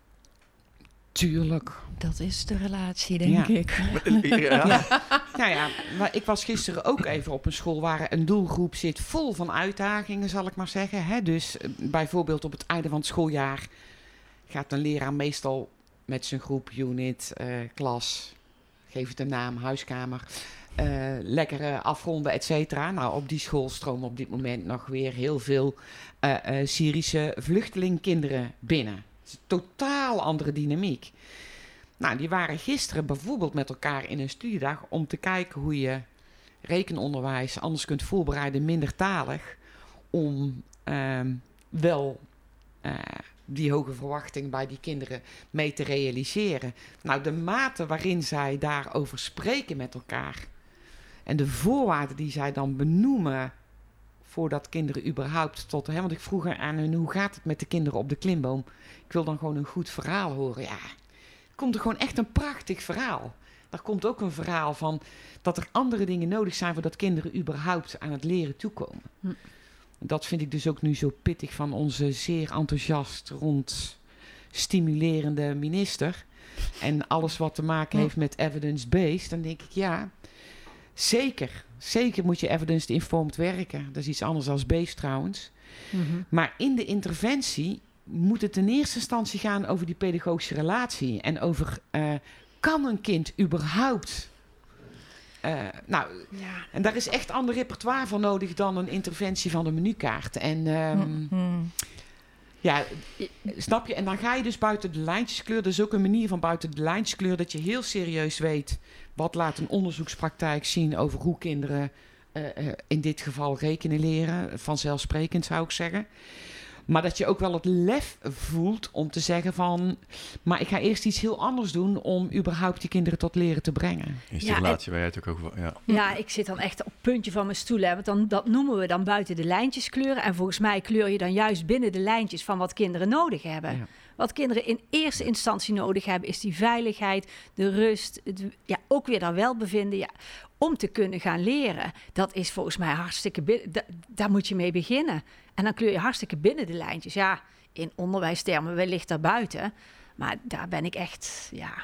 Tuurlijk. Dat is de relatie, denk ja. ik. Ja. Ja. Nou ja, maar ik was gisteren ook even op een school waar een doelgroep zit vol van uitdagingen, zal ik maar zeggen. Hè? Dus uh, bijvoorbeeld op het einde van het schooljaar gaat een leraar meestal met zijn groep, unit, uh, klas, geef het een naam, huiskamer, uh, lekker uh, afronden, et cetera. Nou, op die school stromen op dit moment nog weer heel veel uh, uh, Syrische vluchtelingkinderen binnen. Het is een totaal andere dynamiek. Nou, die waren gisteren bijvoorbeeld met elkaar in een studiedag om te kijken hoe je rekenonderwijs anders kunt voorbereiden, mindertalig, om uh, wel uh, die hoge verwachting bij die kinderen mee te realiseren. Nou, de mate waarin zij daarover spreken met elkaar en de voorwaarden die zij dan benoemen voordat kinderen überhaupt tot... Hè, want ik vroeg aan hun, hoe gaat het met de kinderen op de klimboom? Ik wil dan gewoon een goed verhaal horen. Ja, er komt er gewoon echt een prachtig verhaal. Daar komt ook een verhaal van dat er andere dingen nodig zijn voordat kinderen überhaupt aan het leren toekomen. Hm. Dat vind ik dus ook nu zo pittig van onze zeer enthousiast rond stimulerende minister. En alles wat te maken heeft met evidence-based. Dan denk ik, ja, zeker. Zeker moet je evidence-informed werken. Dat is iets anders dan based trouwens. Mm-hmm. Maar in de interventie moet het in eerste instantie gaan over die pedagogische relatie. En over, uh, kan een kind überhaupt... Uh, nou, ja. En daar is echt ander repertoire voor nodig dan een interventie van de menukaart. En um, mm-hmm. ja, snap je? En dan ga je dus buiten de lijntjeskleur. Dat is ook een manier van buiten de lijntjeskleur dat je heel serieus weet wat laat een onderzoekspraktijk zien over hoe kinderen uh, uh, in dit geval rekenen leren. Vanzelfsprekend zou ik zeggen. Maar dat je ook wel het lef voelt om te zeggen van... maar ik ga eerst iets heel anders doen om überhaupt die kinderen tot leren te brengen. Is die ja, relatie waar jij het ook over... Ja. ja, ik zit dan echt op het puntje van mijn stoel. Hè, want dan, dat noemen we dan buiten de lijntjes kleuren. En volgens mij kleur je dan juist binnen de lijntjes van wat kinderen nodig hebben. Ja. Wat kinderen in eerste instantie nodig hebben is die veiligheid, de rust, het, ja, ook weer dat welbevinden. Ja, om te kunnen gaan leren. Dat is volgens mij hartstikke... Binnen, da, daar moet je mee beginnen. En dan kleur je hartstikke binnen de lijntjes. Ja, in onderwijstermen wellicht daarbuiten. Maar daar ben ik echt, ja...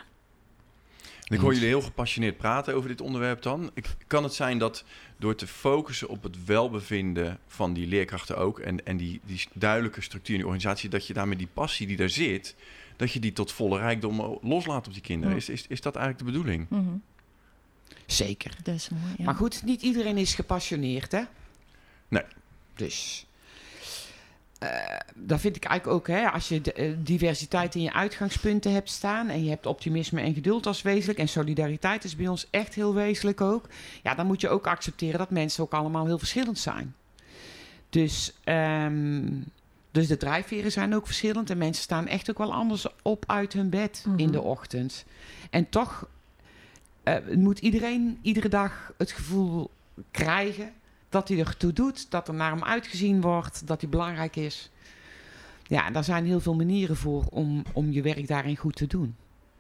Ik hoor jullie heel gepassioneerd praten over dit onderwerp dan. Ik, kan het zijn dat door te focussen op het welbevinden van die leerkrachten ook... en, en die, die duidelijke structuur in die organisatie... dat je daarmee die passie die daar zit... dat je die tot volle rijkdom loslaat op die kinderen. Ja. Is, is, is dat eigenlijk de bedoeling? Mm-hmm. Zeker. Dat is mooi, ja. Maar goed, niet iedereen is gepassioneerd, hè? Nee. Dus... Uh, dat vind ik eigenlijk ook, hè, als je de, uh, diversiteit in je uitgangspunten hebt staan... en je hebt optimisme en geduld als wezenlijk... en solidariteit is bij ons echt heel wezenlijk ook... ja, dan moet je ook accepteren dat mensen ook allemaal heel verschillend zijn. Dus, um, dus de drijfveren zijn ook verschillend... en mensen staan echt ook wel anders op uit hun bed mm-hmm. in de ochtend. En toch uh, moet iedereen iedere dag het gevoel krijgen... dat hij ertoe doet, dat er naar hem uitgezien wordt, dat hij belangrijk is. Ja, daar zijn heel veel manieren voor om, om je werk daarin goed te doen.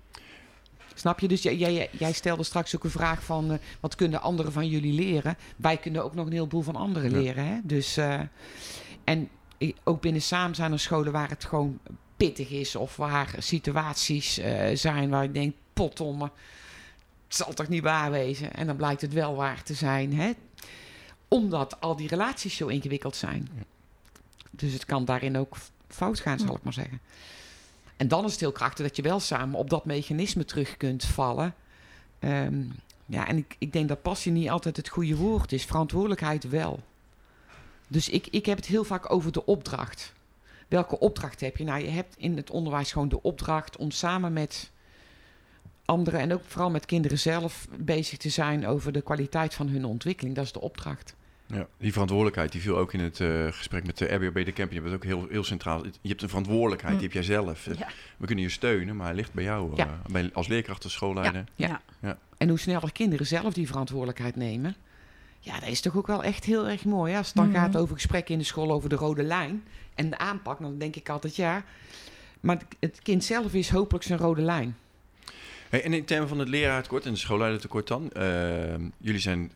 Snap je? Dus jij, jij, jij stelde straks ook een vraag van... Uh, wat kunnen anderen van jullie leren? Wij kunnen ook nog een heleboel van anderen ja. leren. Hè? Dus, uh, en ook binnen Saam zijn er scholen waar het gewoon pittig is... of waar situaties uh, zijn waar ik denk... potdomme, het zal toch niet waar wezen? En dan blijkt het wel waar te zijn. Hè? Omdat al die relaties zo ingewikkeld zijn. Ja. Dus het kan daarin ook fout gaan, zal ik maar zeggen. En dan is het heel krachtig dat je wel samen op dat mechanisme terug kunt vallen. Um, ja, en ik, ik denk dat passie niet altijd het goede woord is. Verantwoordelijkheid wel. Dus ik, ik heb het heel vaak over de opdracht. Welke opdracht heb je? Nou, je hebt in het onderwijs gewoon de opdracht om samen met anderen... en ook vooral met kinderen zelf bezig te zijn over de kwaliteit van hun ontwikkeling. Dat is de opdracht. Ja, die verantwoordelijkheid die viel ook in het uh, gesprek met de R B O B de Camping. Je bent ook heel, heel centraal. Je hebt een verantwoordelijkheid, die heb jij zelf. Ja. We kunnen je steunen, maar hij ligt bij jou. Ja. Uh, bij, als leerkracht, als schoolleider. Ja. Ja. Ja. En hoe sneller kinderen zelf die verantwoordelijkheid nemen. Ja, dat is toch ook wel echt heel erg mooi. Hè? Als het dan mm-hmm. gaat over gesprekken in de school over de rode lijn. En de aanpak, dan denk ik altijd ja. Maar het kind zelf is hopelijk zijn rode lijn. Hey, en in termen van het leraartekort en de schoolleidertekort dan. Uh, jullie zijn...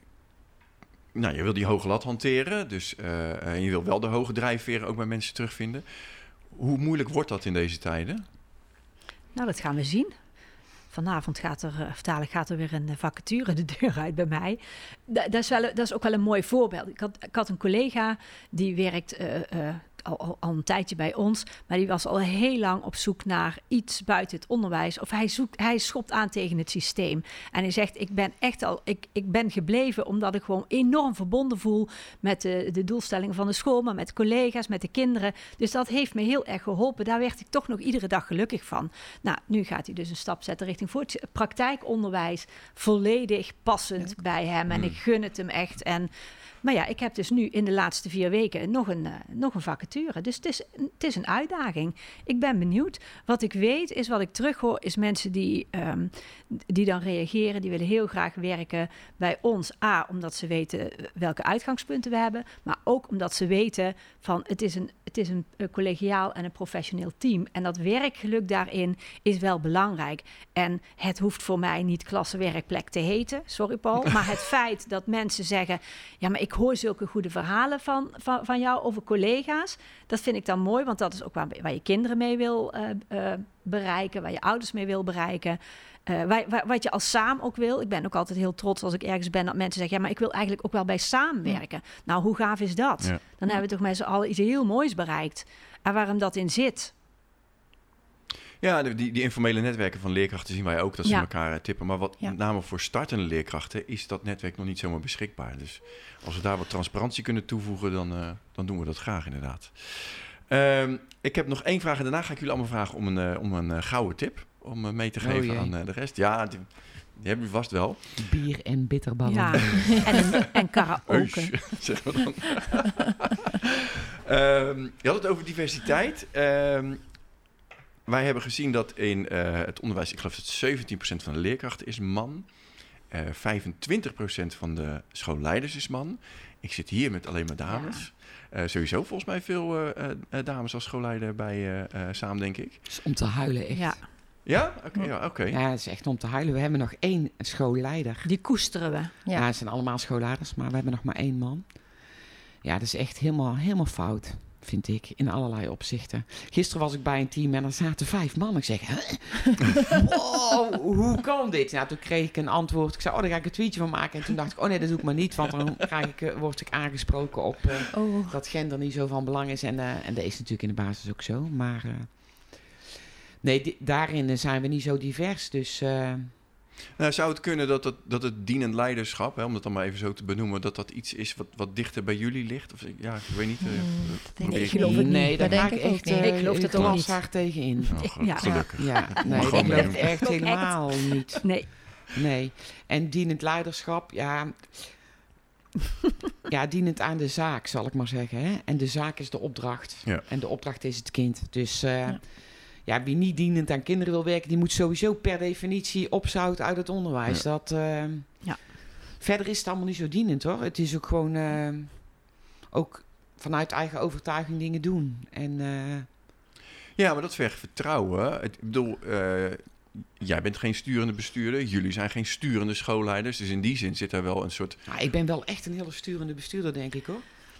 Nou, je wil die hoge lat hanteren, dus uh, je wil wel de hoge drijfveren ook bij mensen terugvinden. Hoe moeilijk wordt dat in deze tijden? Nou, dat gaan we zien. Vanavond gaat er, of dadelijk gaat er weer een vacature de deur uit bij mij. Da- dat, is wel, dat is ook wel een mooi voorbeeld. Ik had, ik had een collega die werkt... Uh, uh, Al, al, al een tijdje bij ons, maar die was al heel lang op zoek naar iets buiten het onderwijs. Of hij zoekt, hij schopt aan tegen het systeem. En hij zegt, ik ben echt al, ik, ik ben gebleven omdat ik gewoon enorm verbonden voel met de, de doelstellingen van de school, maar met collega's, met de kinderen. Dus dat heeft me heel erg geholpen. Daar werd ik toch nog iedere dag gelukkig van. Nou, nu gaat hij dus een stap zetten richting voort. Praktijkonderwijs, volledig passend ja. bij hem. En mm. ik gun het hem echt. En Maar ja, ik heb dus nu in de laatste vier weken nog een, uh, nog een vacature. Dus het is, het is een uitdaging. Ik ben benieuwd. Wat ik weet is, wat ik terughoor, is mensen die, um, die dan reageren. Die willen heel graag werken bij ons. A, omdat ze weten welke uitgangspunten we hebben. Maar ook omdat ze weten van het is een, het is een collegiaal en een professioneel team. En dat werkgeluk daarin is wel belangrijk. En het hoeft voor mij niet klassenwerkplek te heten. Sorry Paul. Maar het feit dat mensen zeggen, ja, maar ik Ik hoor zulke goede verhalen van, van, van jou over collega's. Dat vind ik dan mooi, want dat is ook waar, waar je kinderen mee wil uh, uh, bereiken, waar je ouders mee wil bereiken. Uh, waar, waar, wat je als Saam ook wil. Ik ben ook altijd heel trots als ik ergens ben dat mensen zeggen, ja, maar ik wil eigenlijk ook wel bij Saam werken. Ja. Nou, hoe gaaf is dat? Ja. Dan hebben we toch met z'n allen iets heel moois bereikt. En waarom dat in zit... Ja, die, die informele netwerken van leerkrachten zien wij ook dat ze ja. elkaar tippen. Maar wat ja. met name voor startende leerkrachten is dat netwerk nog niet zomaar beschikbaar. Dus als we daar wat transparantie kunnen toevoegen, dan, uh, dan doen we dat graag inderdaad. Uh, ik heb nog één vraag en daarna ga ik jullie allemaal vragen om een, uh, om een uh, gouden tip. Om uh, mee te geven oh, aan uh, de rest. Ja, die, die hebben we vast wel. Bier en bitterballen. Ja, en, en karaoke. Zeggen we dan. uh, je had het over diversiteit. Uh, Wij hebben gezien dat in uh, het onderwijs, ik geloof dat zeventien procent van de leerkrachten is man. Uh, vijfentwintig procent van de schoolleiders is man. Ik zit hier met alleen maar dames. Ja. Uh, sowieso volgens mij veel uh, uh, dames als schoolleider bij uh, uh, Saam, denk ik. Het is om te huilen, echt. Ja. Ja? Oké. Okay, ja, okay. ja, het is echt om te huilen. We hebben nog één schoolleider. Die koesteren we. Ja, ja het zijn allemaal schoolleiders, maar we hebben nog maar één man. Ja, dat is echt helemaal, helemaal fout. Vind ik, in allerlei opzichten. Gisteren was ik bij een team en er zaten vijf mannen. Ik zeg, hè? Wow, hoe kan dit? Nou, toen kreeg ik een antwoord. Ik zei, oh, daar ga ik een tweetje van maken. En toen dacht ik, oh nee, dat doe ik maar niet. Want dan krijg ik, uh, word ik aangesproken op uh, oh. dat gender niet zo van belang is. En, uh, en dat is natuurlijk in de basis ook zo. Maar uh, nee, di- daarin zijn we niet zo divers. Dus... Uh, Nou, zou het kunnen dat het, dat het dienend leiderschap, hè, om dat dan maar even zo te benoemen, dat dat iets is wat, wat dichter bij jullie ligt? Of, ja, ik weet niet. Uh, mm, nee, ik geloof het niet. Nee, daar dat ga denk ik echt uh, ik geloof het ook niet. Haar tegenin. Oh, ja. Gelukkig. Ja, nee, ik geloof het echt helemaal echt. niet. Nee. Nee. En dienend leiderschap, ja... ja, dienend aan de zaak, zal ik maar zeggen. Hè? En de zaak is de opdracht. Ja. En de opdracht is het kind. Dus... Uh, ja. Ja, wie niet dienend aan kinderen wil werken, die moet sowieso per definitie opzouten uit het onderwijs. Ja. Dat, uh, ja. Verder is het allemaal niet zo dienend, hoor. Het is ook gewoon... Uh, ook vanuit eigen overtuiging dingen doen. En... Uh, ja, maar dat vergt vertrouwen. Ik bedoel... Uh, Jij bent geen sturende bestuurder. Jullie zijn geen sturende schoolleiders. Dus in die zin zit er wel een soort... Nou, ik ben wel echt een hele sturende bestuurder, denk ik, hoor.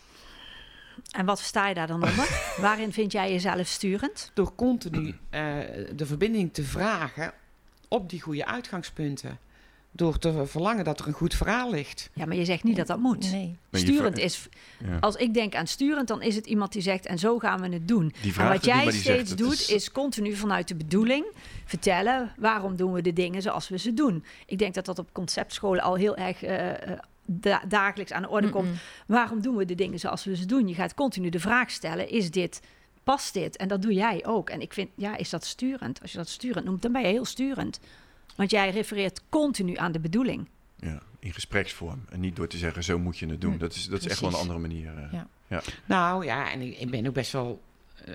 En wat versta je daar dan onder? Waarin vind jij jezelf sturend? Door continu uh, de verbinding te vragen op die goede uitgangspunten. Door te verlangen dat er een goed verhaal ligt. Ja, maar je zegt niet dat dat moet. Nee. Sturend is... Ja. Als ik denk aan sturend, dan is het iemand die zegt... en zo gaan we het doen. En wat jij die, steeds zegt, doet, is... is continu vanuit de bedoeling... vertellen waarom doen we de dingen zoals we ze doen. Ik denk dat dat op conceptscholen al heel erg... Uh, da- dagelijks aan de orde komt. Mm-mm. Waarom doen we de dingen zoals we ze doen? Je gaat continu de vraag stellen, is dit... past dit? En dat doe jij ook. En ik vind, ja, is dat sturend? Als je dat sturend noemt, dan ben je heel sturend. Want jij refereert continu aan de bedoeling. Ja, in gespreksvorm. En niet door te zeggen, zo moet je het doen. Dat is, dat is echt wel een andere manier. Uh, ja. Ja. Nou ja, en ik, ik ben ook best wel... Uh,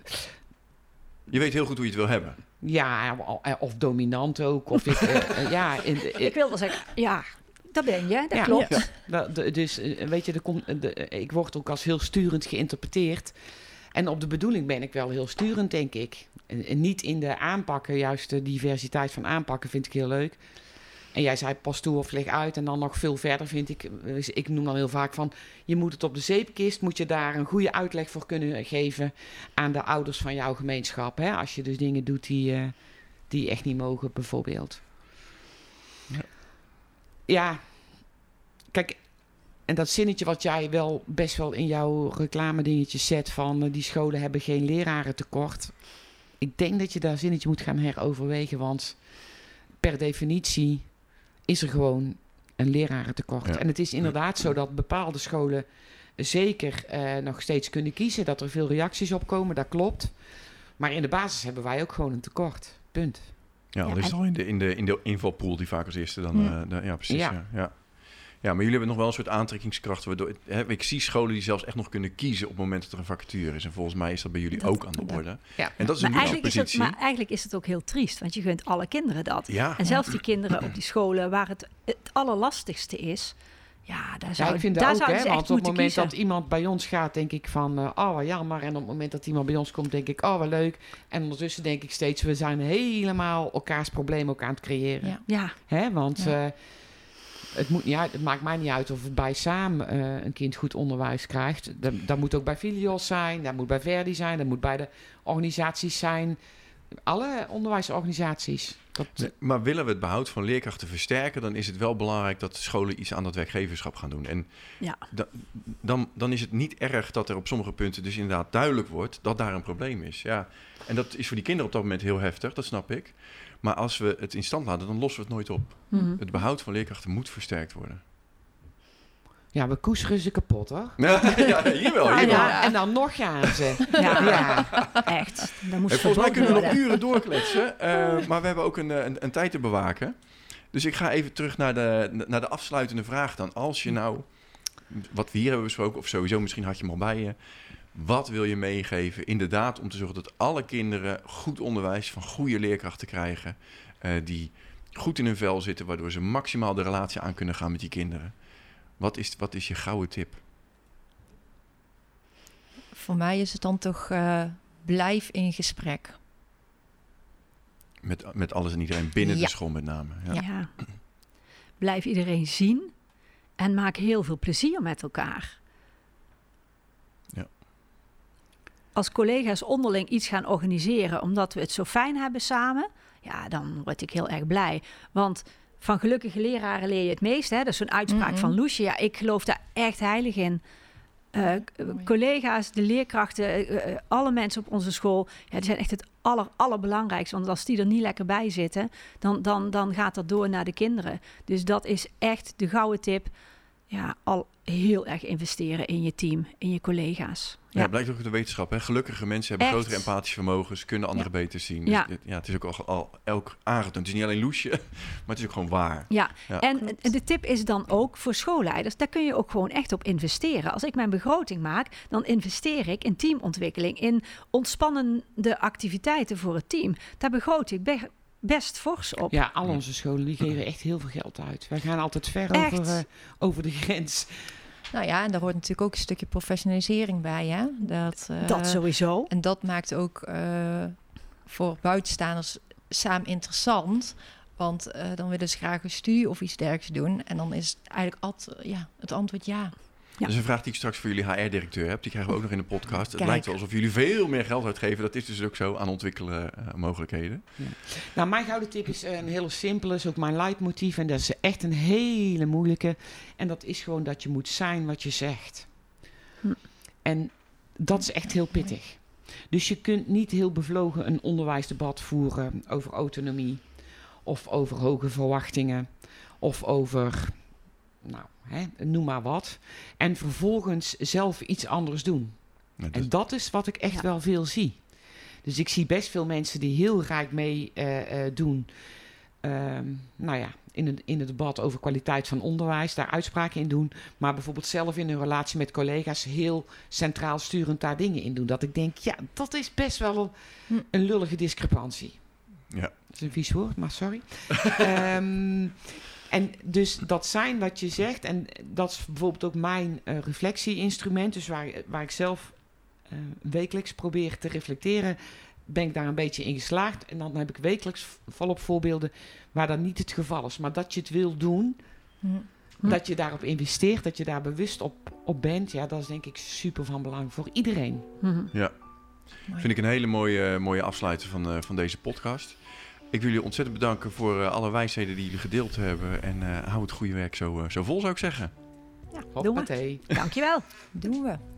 je weet heel goed hoe je het wil hebben. Ja, of dominant ook. Of ik, uh, ja, in, in, ik wil wel zeggen, ja, dat ben je, dat ja, klopt. Ja. Da, de, dus weet je, de, de, de, ik word ook als heel sturend geïnterpreteerd. En op de bedoeling ben ik wel heel sturend, denk ik. En, en niet in de aanpakken, juist de diversiteit van aanpakken vind ik heel leuk. En jij zei pas toe of leg uit. En dan nog veel verder vind ik... Ik noem dan heel vaak van... Je moet het op de zeepkist... Moet je daar een goede uitleg voor kunnen geven... aan de ouders van jouw gemeenschap. Hè? Als je dus dingen doet die, uh, die echt niet mogen, bijvoorbeeld. Ja. ja. Kijk... En dat zinnetje wat jij wel best wel in jouw reclame dingetjes zet... van uh, die scholen hebben geen leraren tekort. Ik denk dat je daar zinnetje moet gaan heroverwegen. Want per definitie... is er gewoon een lerarentekort. Ja. En het is inderdaad zo dat bepaalde scholen zeker uh, nog steeds kunnen kiezen. Dat er veel reacties op komen, dat klopt. Maar in de basis hebben wij ook gewoon een tekort. Punt. Ja, dat ja, is en... al in de, in, de, in de invalpool die vaak als eerste dan... Ja, uh, de, ja precies. Ja. Ja, ja. Ja, maar jullie hebben nog wel een soort aantrekkingskracht. Waardoor, hè, ik zie scholen die zelfs echt nog kunnen kiezen op het moment dat er een vacature is. En volgens mij is dat bij jullie dat, ook aan de orde. Ja. En dat is een maar, luxe positie. Is het, maar eigenlijk is het ook heel triest, want je gunt alle kinderen dat. Ja. En zelfs die kinderen op die scholen waar het het allerlastigste is... Ja, daar zou, ja, ik vind daar ook, zou hè, want op het moment kiezen. dat iemand bij ons gaat, denk ik van... Uh, oh, wat jammer. En op het moment dat iemand bij ons komt, denk ik... Oh, wat leuk. En ondertussen denk ik steeds... We zijn helemaal elkaars probleem ook aan het creëren. Ja. ja. Hè, want... Ja. Uh, Het, moet niet uit, het maakt mij niet uit of het bij Saam uh, een kind goed onderwijs krijgt. Dat, dat moet ook bij Filios zijn, dat moet bij Verdi zijn, dat moet bij de organisaties zijn. Alle onderwijsorganisaties. Dat... Nee, maar willen we het behoud van leerkrachten versterken... dan is het wel belangrijk dat scholen iets aan dat werkgeverschap gaan doen. En ja. da, dan, dan is het niet erg dat er op sommige punten dus inderdaad duidelijk wordt... dat daar een probleem is. Ja. En dat is voor die kinderen op dat moment heel heftig, dat snap ik. Maar als we het in stand laten, dan lossen we het nooit op. Mm-hmm. Het behoud van leerkrachten moet versterkt worden. Ja, we koesteren ze kapot, hoor. Ja, ja, hier wel, hier wel. Ja, en dan nog gaan ze. Ja, ja. Echt. Dan moest hey, volgens mij kunnen we worden. nog uren doorkletsen. Uh, maar we hebben ook een, een, een tijd te bewaken. Dus ik ga even terug naar de, naar de afsluitende vraag dan. Als je nou, wat we hier hebben besproken... of sowieso misschien had je hem al bij je... Wat wil je meegeven? Inderdaad, om te zorgen dat alle kinderen goed onderwijs van goede leerkrachten krijgen. Uh, die goed in hun vel zitten, waardoor ze maximaal de relatie aan kunnen gaan met die kinderen. Wat is, wat is je gouden tip? Voor mij is het dan toch uh, blijf in gesprek. Met, met alles en iedereen binnen ja. de school met name. Ja. Ja. Blijf iedereen zien en maak heel veel plezier met elkaar. Als collega's onderling iets gaan organiseren... omdat we het zo fijn hebben samen... ja, dan word ik heel erg blij. Want van gelukkige leraren leer je het meest. Hè? Dat is zo'n uitspraak mm-hmm. van Loesje. Ja, ik geloof daar echt heilig in. Uh, collega's, de leerkrachten, uh, alle mensen op onze school... Ja, die zijn echt het aller, allerbelangrijkste. Want als die er niet lekker bij zitten... Dan, dan, dan gaat dat door naar de kinderen. Dus dat is echt de gouden tip... Ja, al heel erg investeren in je team, in je collega's. Ja, ja, blijkt ook uit de wetenschap. Hè? Gelukkige mensen hebben Echt? grotere empathische vermogens, kunnen anderen ja. beter zien. Dus ja. dit, ja, het is ook al, al elk aangetoond. Het is niet alleen loesje, maar het is ook gewoon waar. Ja, ja. en Klopt. de tip is dan ook voor schoolleiders, daar kun je ook gewoon echt op investeren. Als ik mijn begroting maak, dan investeer ik in teamontwikkeling, in ontspannende activiteiten voor het team. Daar begroot ik best fors op. Ja, al onze scholen die geven echt heel veel geld uit. Wij gaan altijd ver Echt? over, uh, over de grens. Nou ja, en daar hoort natuurlijk ook een stukje professionalisering bij, hè? Dat, uh, Dat sowieso. En dat maakt ook uh, voor buitenstaanders samen interessant. Want uh, dan willen ze graag een studie of iets dergelijks doen. En dan is het eigenlijk altijd, uh, ja, het antwoord ja. Ja. Dat is een vraag die ik straks voor jullie H R-directeur heb. Die krijgen we ook nog in de podcast. Het Kijk. lijkt wel alsof jullie veel meer geld uitgeven. Dat is dus ook zo aan ontwikkelen uh, mogelijkheden. Ja. Nou, mijn gouden tip is een hele simpele. Is ook mijn leidmotief. En dat is echt een hele moeilijke. En dat is gewoon dat je moet zijn wat je zegt. Hm. En dat is echt heel pittig. Dus je kunt niet heel bevlogen een onderwijsdebat voeren over autonomie. Of over hoge verwachtingen. Of over... Nou, hè, noem maar wat. En vervolgens zelf iets anders doen. Ja, dus... En dat is wat ik echt Ja. wel veel zie. Dus ik zie best veel mensen die heel rijk mee uh, uh, doen. Um, nou ja, in het, in het debat over kwaliteit van onderwijs. Daar uitspraken in doen. Maar bijvoorbeeld zelf in hun relatie met collega's heel centraal sturend daar dingen in doen. Dat ik denk, ja, dat is best wel een, Hm. een lullige discrepantie. Ja. Dat is een vies woord, maar sorry. um, En dus dat zijn wat je zegt. En dat is bijvoorbeeld ook mijn uh, reflectie-instrument. Dus waar, waar ik zelf uh, wekelijks probeer te reflecteren, ben ik daar een beetje in geslaagd. En dan heb ik wekelijks volop voorbeelden waar dat niet het geval is. Maar dat je het wil doen, Hm. Hm. dat je daarop investeert, dat je daar bewust op, op bent. Ja, dat is denk ik super van belang voor iedereen. Mm-hmm. Ja. Mooi. Vind ik een hele mooie, mooie afsluiter van, uh, van deze podcast. Ik wil jullie ontzettend bedanken voor uh, alle wijsheden die jullie gedeeld hebben. En uh, hou het goede werk zo, uh, zo vol, zou ik zeggen. Ja, doen we. Hoppatee. Dankjewel. Doen we.